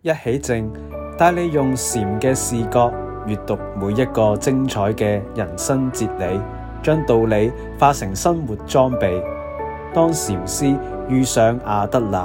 一起靜，帶你用禪嘅視覺閱讀每一個精彩嘅人生哲理，將道理化成生活裝備。當禪師遇上阿德勒。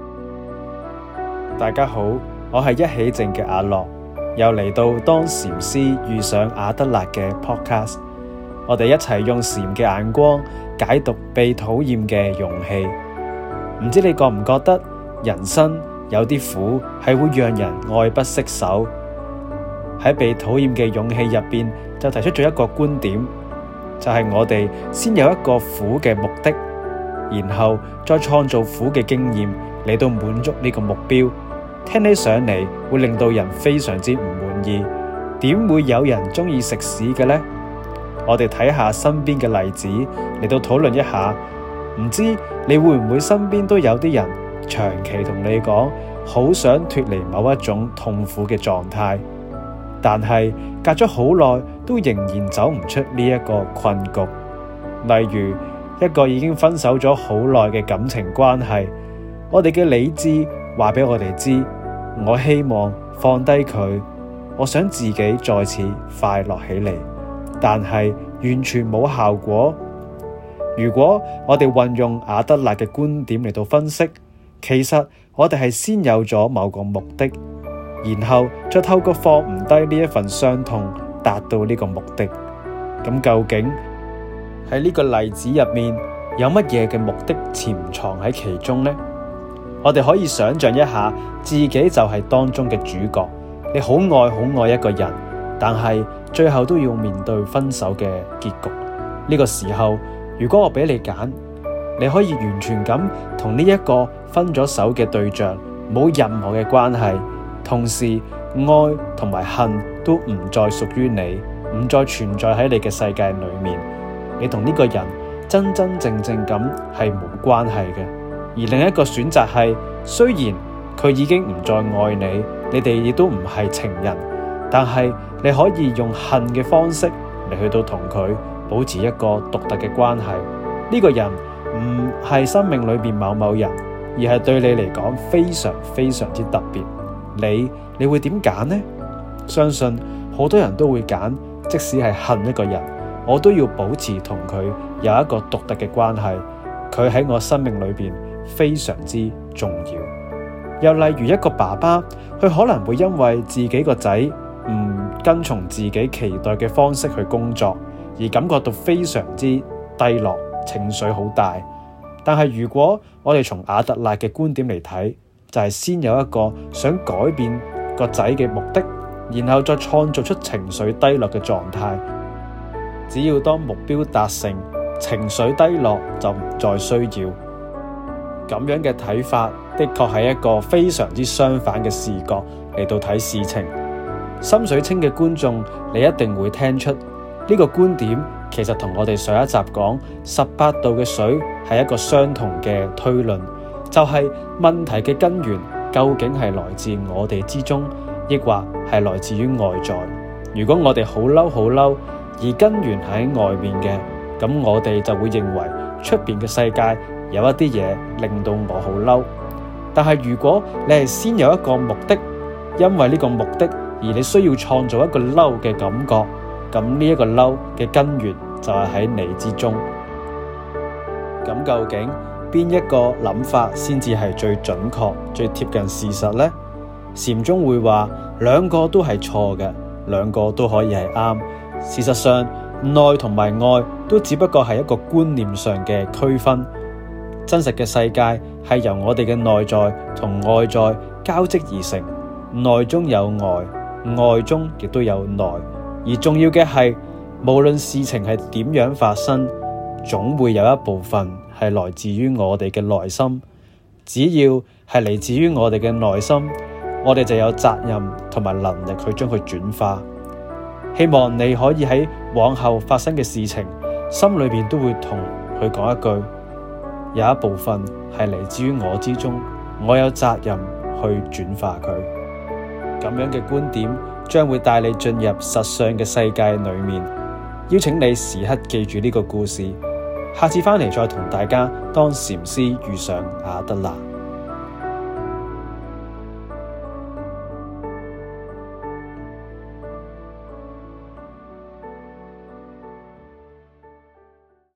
大家好，我係一起靜嘅阿樂，又嚟到當禪師遇上阿德勒嘅 podcast。我哋一齊用禪嘅眼光解讀被討厭嘅勇氣。唔知你覺唔覺得人生有啲苦係會讓人愛不釋手？喺被討厭嘅勇氣入邊就提出咗一個觀點，就係我哋先有一個苦嘅目的，然後再創造苦嘅經驗嚟到滿足呢個目標。聽起上嚟會令到人非常之唔滿意，點會有人中意食屎嘅呢？我哋睇下身邊嘅例子嚟到討論一下，唔知你會唔會身邊都有啲人長期同你講好想脫離某一種痛苦嘅狀態，但係隔咗好耐都仍然走唔出呢一個困局。例如一個已經分手咗好耐嘅感情關係，我哋嘅理智話俾我哋知，我希望放低佢，我想自己再次快樂起嚟，但係完全冇效果。如果我哋運用阿德勒嘅觀點嚟到分析，其實我哋係先有咗某個目的，然後再透過放唔低呢一份傷痛達到呢個目的。咁究竟喺呢個例子入面有乜嘢嘅目的潛藏喺其中呢？我哋可以想象一下，自己就係當中嘅主角，你好愛一個人，但係最後都要面對分手嘅結局。呢個時候，如果我俾你揀，你可以完全咁同呢一個分咗手嘅對象冇任何嘅關係，同時愛同埋恨都唔再屬於你，唔再存在喺你嘅世界裏面。你同呢個人真真正正咁係冇關係嘅。而另一個選擇係，雖然佢已經唔再愛你，你哋亦都唔係情人，但係你可以用恨嘅方式嚟去到同佢保持一個獨特嘅關係。呢個人唔係生命裏面某人，而係對你嚟講非常之特別。你會點揀呢？相信好多人都會揀，即使係恨一個人，我都要保持同佢有一個獨特嘅關係。佢喺我生命裏邊非常之重要。又例如一個爸爸，佢可能會因為自己個仔唔跟從自己期待嘅方式去工作，而感覺到非常之低落，情緒好大。但係如果我哋從阿德勒嘅觀點嚟睇，就係先有一個想改變個仔嘅目的，然後再創造出情緒低落嘅狀態。只要當目標達成，情緒低落就唔再需要。咁樣嘅睇法的確係一個非常之相反嘅視角嚟到睇事情。心水清嘅觀眾，你一定會聽出呢個觀點其實同我哋上一集講18度嘅水係一個相同嘅推論，就係問題嘅根源究竟係來自我哋之中，抑或係來自於外在。如果我哋好嬲，而根源喺外面嘅，咁我哋就會認為出邊嘅世界有一啲嘢令到我好嬲。但係如果你係先有一個目的，因為呢個目的而你需要創造一個嬲嘅感覺，咁呢一個嬲嘅根源就係喺你之中。咁究竟邊一個諗法先至係最準確、最貼近事實呢？禪宗會話兩個都係錯嘅，兩個都可以係啱。事實上，內同埋愛都只不過係一個觀念上嘅區分。真實嘅世界係由我哋嘅內在同外在交織而成，內中有外，外中亦都有內。而重要嘅係，無論事情係點樣發生，總會有一部分係來自於我哋嘅內心。只要係嚟自於我哋嘅內心，我哋就有責任同埋能力去將佢轉化。希望你可以喺往後發生嘅事情，心裏面都會同佢講一句，有一部分係嚟自於我之中，我有責任去轉化佢。咁樣嘅觀點將會帶你進入實相嘅世界裏面。邀請你時刻記住呢個故事，下次翻嚟再同大家當禪師遇上阿德勒。